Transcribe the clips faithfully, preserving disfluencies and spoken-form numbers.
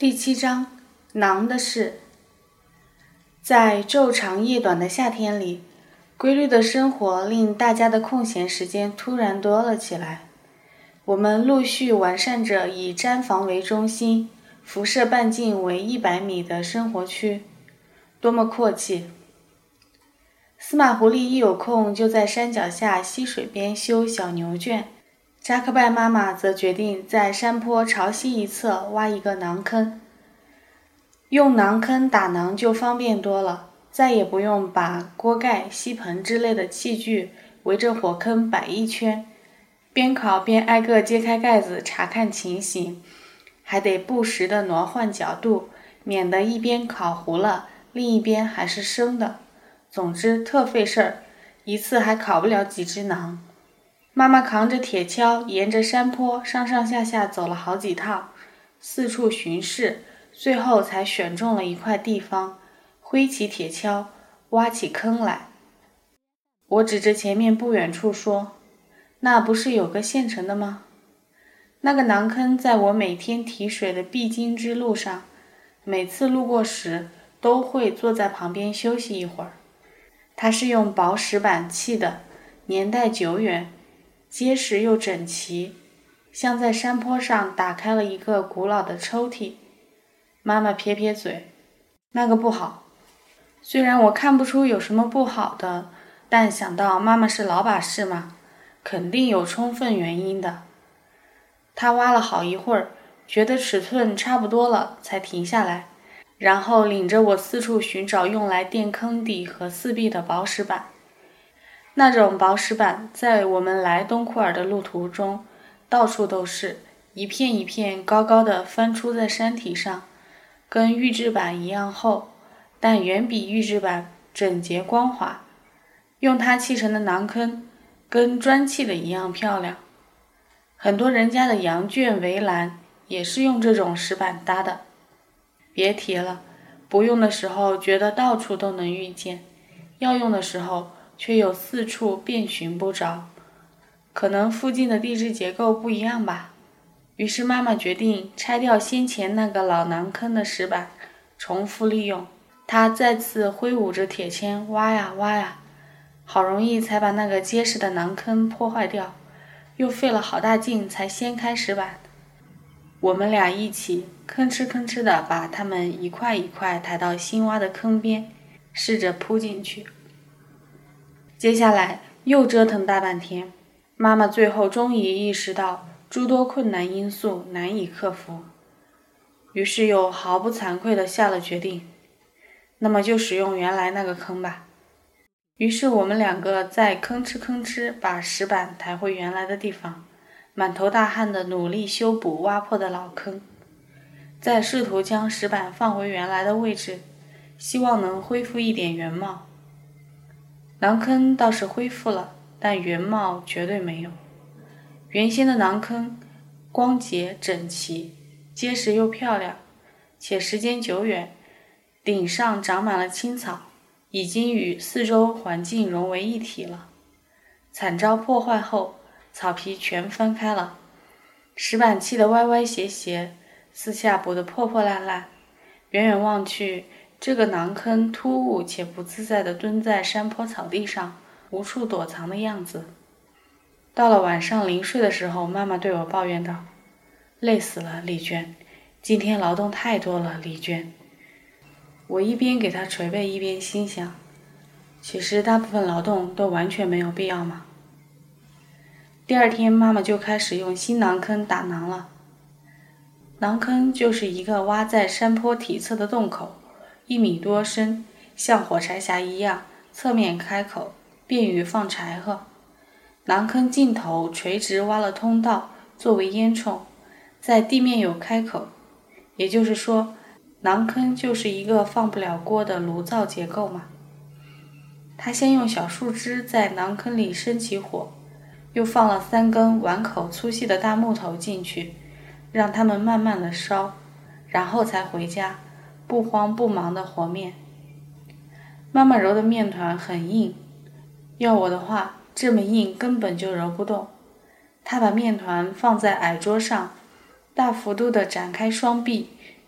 第七章，馕的事。在昼长夜短的夏天里，规律的生活令大家的空闲时间突然多了起来。我们陆续完善着以毡房为中心，辐射半径为一百米的生活区，多么阔气！司马狐狸一有空就在山脚下溪水边修小牛圈，扎克拜妈妈则决定在山坡朝西一侧挖一个馕坑。用馕坑打馕就方便多了，再也不用把锅盖、锡盆之类的器具围着火坑摆一圈，边烤边挨个揭开盖子查看情形，还得不时地挪换角度，免得一边烤糊了，另一边还是生的。总之特费事儿，一次还烤不了几只馕。妈妈扛着铁锹，沿着山坡上上下下走了好几趟，四处巡视，最后才选中了一块地方，挥起铁锹，挖起坑来。我指着前面不远处说：“那不是有个现成的吗？”那个馕坑在我每天提水的必经之路上，每次路过时都会坐在旁边休息一会儿。它是用薄石板砌的，年代久远，结实又整齐，像在山坡上打开了一个古老的抽屉。妈妈撇撇嘴，那个不好。虽然我看不出有什么不好的，但想到妈妈是老把式嘛，肯定有充分原因的。她挖了好一会儿，觉得尺寸差不多了，才停下来，然后领着我四处寻找用来垫坑底和四壁的薄石板。那种薄石板在我们来东库尔的路途中到处都是，一片一片高高的翻出在山体上，跟预制板一样厚，但远比预制板整洁光滑。用它砌成的馕坑跟砖砌的一样漂亮。很多人家的羊圈围栏也是用这种石板搭的。别提了，不用的时候觉得到处都能遇见，要用的时候却又四处遍寻不着。可能附近的地质结构不一样吧。于是妈妈决定拆掉先前那个老馕坑的石板，重复利用。她再次挥舞着铁锨挖呀挖呀，好容易才把那个结实的馕坑破坏掉，又费了好大劲才掀开石板。我们俩一起吭哧吭哧地把它们一块一块抬到新挖的坑边，试着铺进去。接下来又折腾大半天，妈妈最后终于意识到诸多困难因素难以克服，于是又毫不惭愧地下了决定，那么就使用原来那个坑吧。于是我们两个再吭哧吭哧把石板抬回原来的地方，满头大汗地努力修补挖破的老坑，再试图将石板放回原来的位置，希望能恢复一点原貌。馕坑倒是恢复了，但原貌绝对没有。原先的馕坑光洁整齐，结实又漂亮，且时间久远，顶上长满了青草，已经与四周环境融为一体了。惨遭破坏后，草皮全翻开了，石板砌得歪歪斜斜，四下补得破破烂烂。远远望去，这个馕坑突兀且不自在地蹲在山坡草地上，无处躲藏的样子。到了晚上临睡的时候，妈妈对我抱怨道：“累死了，丽娟，今天劳动太多了，丽娟。”我一边给她捶背，一边心想，其实大部分劳动都完全没有必要嘛。第二天，妈妈就开始用新馕坑打馕了。馕坑就是一个挖在山坡体侧的洞口，一米多深，像火柴匣一样，侧面开口，便于放柴禾。馕坑尽头垂直挖了通道作为烟囱，在地面有开口，也就是说，馕坑就是一个放不了锅的炉灶结构嘛。他先用小树枝在馕坑里生起火，又放了三根碗口粗细的大木头进去，让它们慢慢的烧，然后才回家，不慌不忙的和面。妈妈揉的面团很硬，要我的话，这么硬根本就揉不动。她把面团放在矮桌上，大幅度地展开双臂，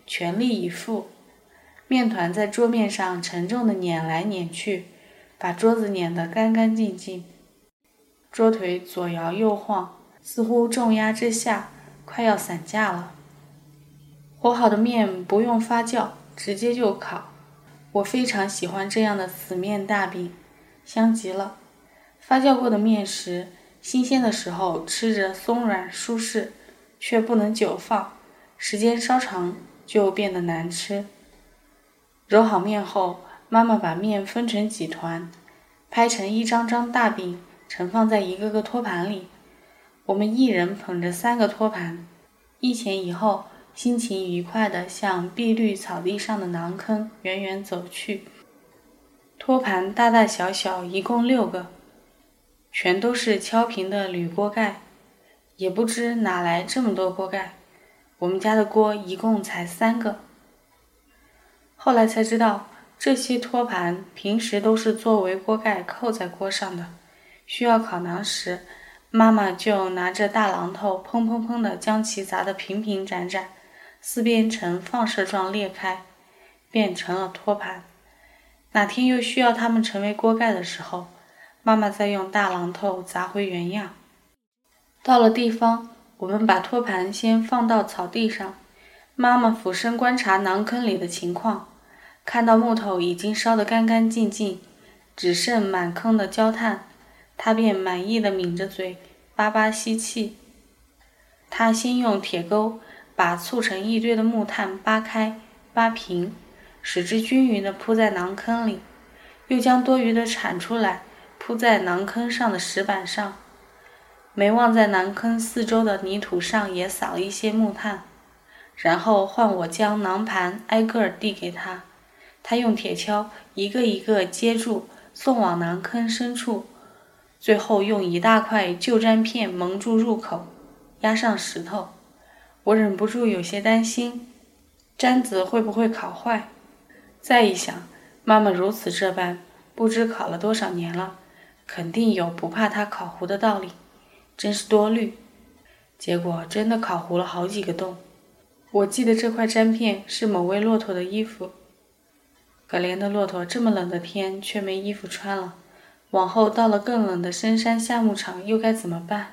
全力以赴。面团在桌面上沉重地碾来碾去，把桌子碾得干干净净。桌腿左摇右晃，似乎重压之下快要散架了。和好的面不用发酵，直接就烤。我非常喜欢这样的死面大饼，香极了。发酵过的面食，新鲜的时候吃着松软舒适，却不能久放，时间稍长就变得难吃。揉好面后，妈妈把面分成几团，拍成一张张大饼，盛放在一个个托盘里。我们一人捧着三个托盘，一前一后，心情愉快地向碧绿草地上的馕坑远远走去。托盘大大小小一共六个，全都是敲平的铝锅盖，也不知哪来这么多锅盖，我们家的锅一共才三个。后来才知道，这些托盘平时都是作为锅盖扣在锅上的，需要烤馕时，妈妈就拿着大榔头砰砰砰地将其砸得平平展展，四边呈放射状裂开，变成了托盘。哪天又需要它们成为锅盖的时候，妈妈再用大榔头砸回原样。到了地方，我们把托盘先放到草地上，妈妈俯身观察馕坑里的情况，看到木头已经烧得干干净净，只剩满坑的焦炭，她便满意地抿着嘴，巴巴吸气。她先用铁钩把簇成一堆的木炭扒开、扒平，使之均匀地铺在馕坑里，又将多余的铲出来，铺在馕坑上的石板上。没忘在馕坑四周的泥土上也撒了一些木炭，然后换我将馕盘挨个儿递给他，他用铁锹一个一个接住，送往馕坑深处，最后用一大块旧毡片蒙住入口，压上石头。我忍不住有些担心，毡子会不会烤坏？再一想，妈妈如此这般，不知烤了多少年了，肯定有不怕它烤糊的道理，真是多虑。结果真的烤糊了好几个洞。我记得这块毡片是某位骆驼的衣服，可怜的骆驼，这么冷的天却没衣服穿了，往后到了更冷的深山夏牧场又该怎么办？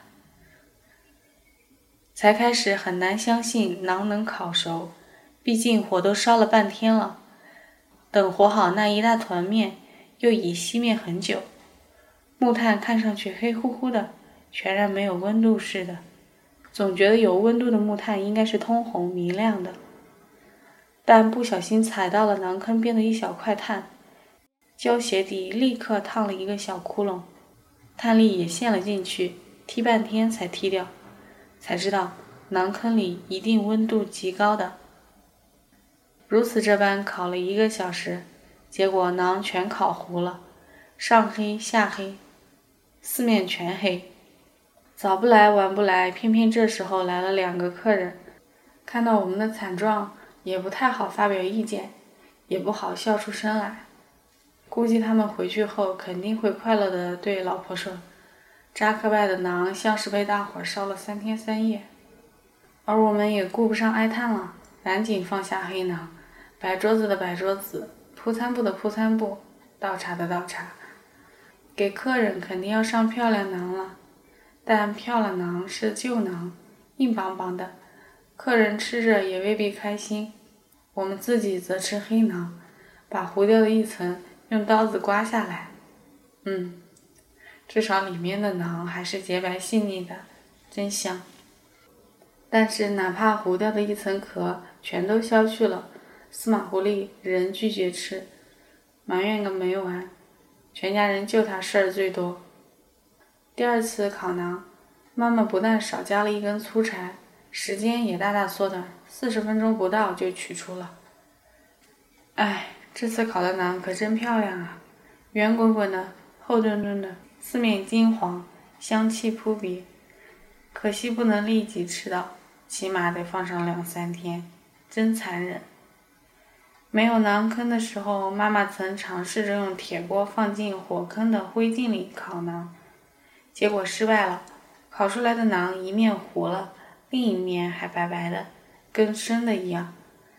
才开始很难相信馕能烤熟，毕竟火都烧了半天了。等和好那一大团面，又已熄灭很久，木炭看上去黑乎乎的，全然没有温度似的。总觉得有温度的木炭应该是通红明亮的，但不小心踩到了馕坑边的一小块炭，胶鞋底立刻烫了一个小窟窿，炭粒也陷了进去，踢半天才踢掉，才知道馕坑里一定温度极高的。如此这般烤了一个小时，结果馕全烤糊了，上黑下黑，四面全黑。早不来晚不来，偏偏这时候来了两个客人，看到我们的惨状，也不太好发表意见，也不好笑出声来。估计他们回去后肯定会快乐地对老婆说，扎克拜的馕像是被大火烧了三天三夜。而我们也顾不上哀叹了，赶紧放下黑馕，摆桌子的摆桌子，铺餐布的铺餐布，倒茶的倒茶。给客人肯定要上漂亮馕了，但漂亮馕是旧馕，硬邦邦的，客人吃着也未必开心。我们自己则吃黑馕，把糊掉的一层用刀子刮下来，嗯，至少里面的馕还是洁白细腻的，真香。但是哪怕糊掉的一层壳全都消去了，司马狐狸仍拒绝吃，埋怨个没完，全家人就他事儿最多。第二次烤馕，妈妈不但少加了一根粗柴，时间也大大缩短，四十分钟不到就取出了。哎，这次烤的馕可真漂亮啊，圆滚滚的，厚墩墩的，四面金黄，香气扑鼻。可惜不能立即吃到，起码得放上两三天，真残忍。没有馕坑的时候，妈妈曾尝试着用铁锅放进火坑的灰烬里烤馕，结果失败了，烤出来的馕一面糊了，另一面还白白的，跟生的一样。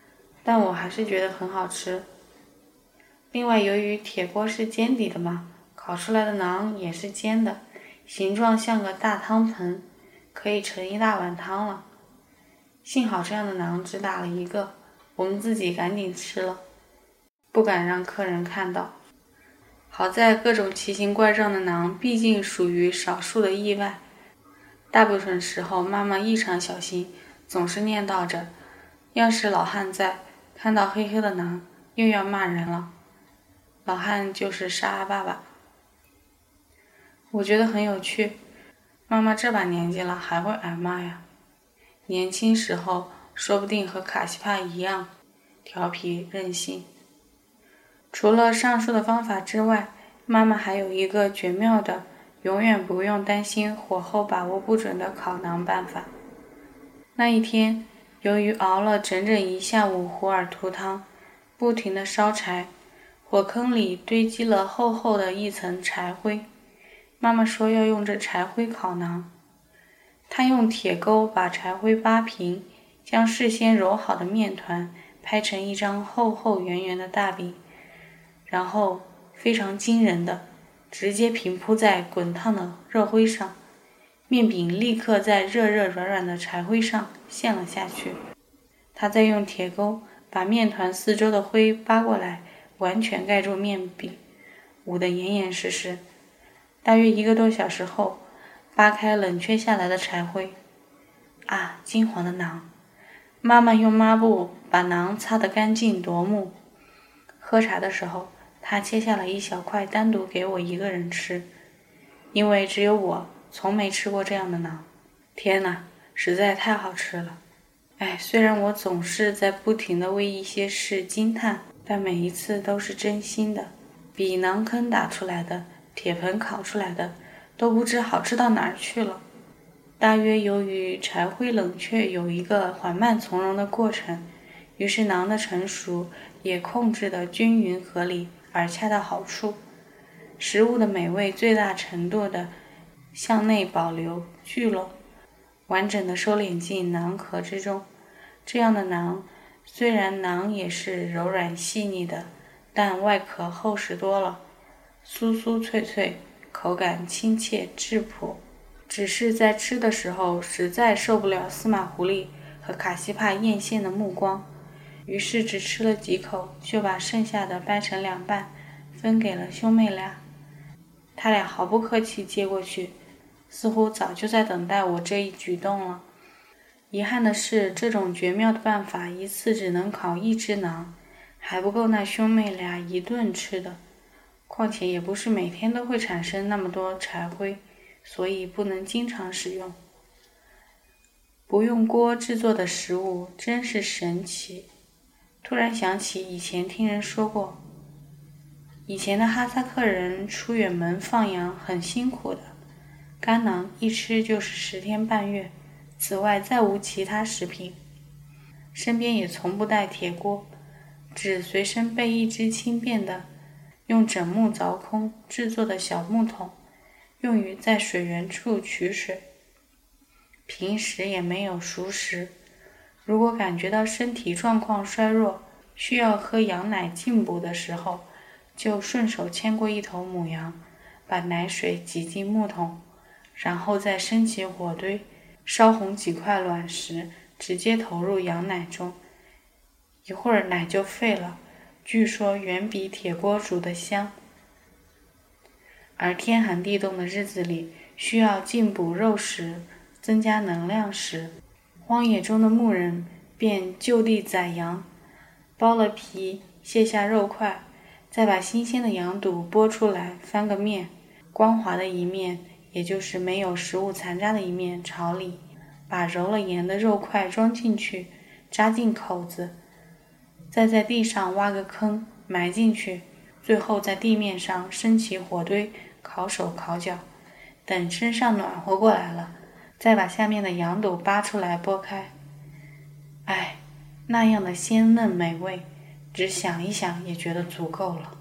但我还是觉得很好吃。另外，由于铁锅是尖底的嘛，烤出来的馕也是尖的，形状像个大汤盆，可以盛一大碗汤了。幸好这样的馕只打了一个，我们自己赶紧吃了，不敢让客人看到。好在各种奇形怪状的馕毕竟属于少数的意外，大部分时候妈妈异常小心，总是念叨着，要是老汉在，看到黑黑的馕又要骂人了。老汉就是沙爸爸。我觉得很有趣，妈妈这把年纪了还会挨骂呀。年轻时候说不定和卡西帕一样调皮任性。除了上述的方法之外，妈妈还有一个绝妙的永远不用担心火候把握不准的烤馕办法。那一天，由于熬了整整一下午胡尔图汤，不停地烧柴，火坑里堆积了厚厚的一层柴灰。妈妈说要用这柴灰烤馕，她用铁钩把柴灰扒平，将事先揉好的面团拍成一张厚厚圆圆的大饼，然后非常惊人的直接平铺在滚烫的热灰上，面饼立刻在热热软软的柴灰上陷了下去。她再用铁钩把面团四周的灰扒过来，完全盖住面饼，捂得严严实实。大约一个多小时后，扒开冷却下来的柴灰，啊，金黄的馕！妈妈用抹布把馕擦得干净夺目。喝茶的时候，她切下了一小块单独给我一个人吃，因为只有我从没吃过这样的馕。天哪，实在太好吃了！哎，虽然我总是在不停地为一些事惊叹，但每一次都是真心的，比馕坑打出来的、铁盆烤出来的都不知好吃到哪儿去了。大约由于柴灰冷却有一个缓慢从容的过程，于是馕的成熟也控制得均匀合理而恰到好处，食物的美味最大程度地向内保留聚拢，完整地收敛进馕壳之中。这样的馕，虽然馕也是柔软细腻的，但外壳厚实多了，酥酥脆脆，口感亲切质朴。只是在吃的时候实在受不了司马狐狸和卡西帕艳羡的目光，于是只吃了几口，就把剩下的掰成两半分给了兄妹俩。他俩毫不客气接过去，似乎早就在等待我这一举动了。遗憾的是，这种绝妙的办法一次只能烤一只馕，还不够那兄妹俩一顿吃的，况且也不是每天都会产生那么多柴灰，所以不能经常使用。不用锅制作的食物真是神奇。突然想起以前听人说过，以前的哈萨克人出远门放羊很辛苦的，干馕一吃就是十天半月，此外再无其他食品，身边也从不带铁锅，只随身备一只轻便的用整木凿空制作的小木桶，用于在水源处取水。平时也没有熟食，如果感觉到身体状况衰弱，需要喝羊奶进补的时候，就顺手牵过一头母羊，把奶水挤进木桶，然后再升起火堆，烧红几块卵石，直接投入羊奶中，一会儿奶就沸了，据说远比铁锅煮得香。而天寒地冻的日子里，需要进补肉食，增加能量时，荒野中的牧人便就地宰羊，剥了皮，卸下肉块，再把新鲜的羊肚剥出来，翻个面，光滑的一面，也就是没有食物残渣的一面朝里，把揉了盐的肉块装进去，扎进口子，再在地上挖个坑埋进去，最后在地面上升起火堆，烤手烤脚，等身上暖和过来了，再把下面的羊肚扒出来剥开。哎，那样的鲜嫩美味，只想一想也觉得足够了。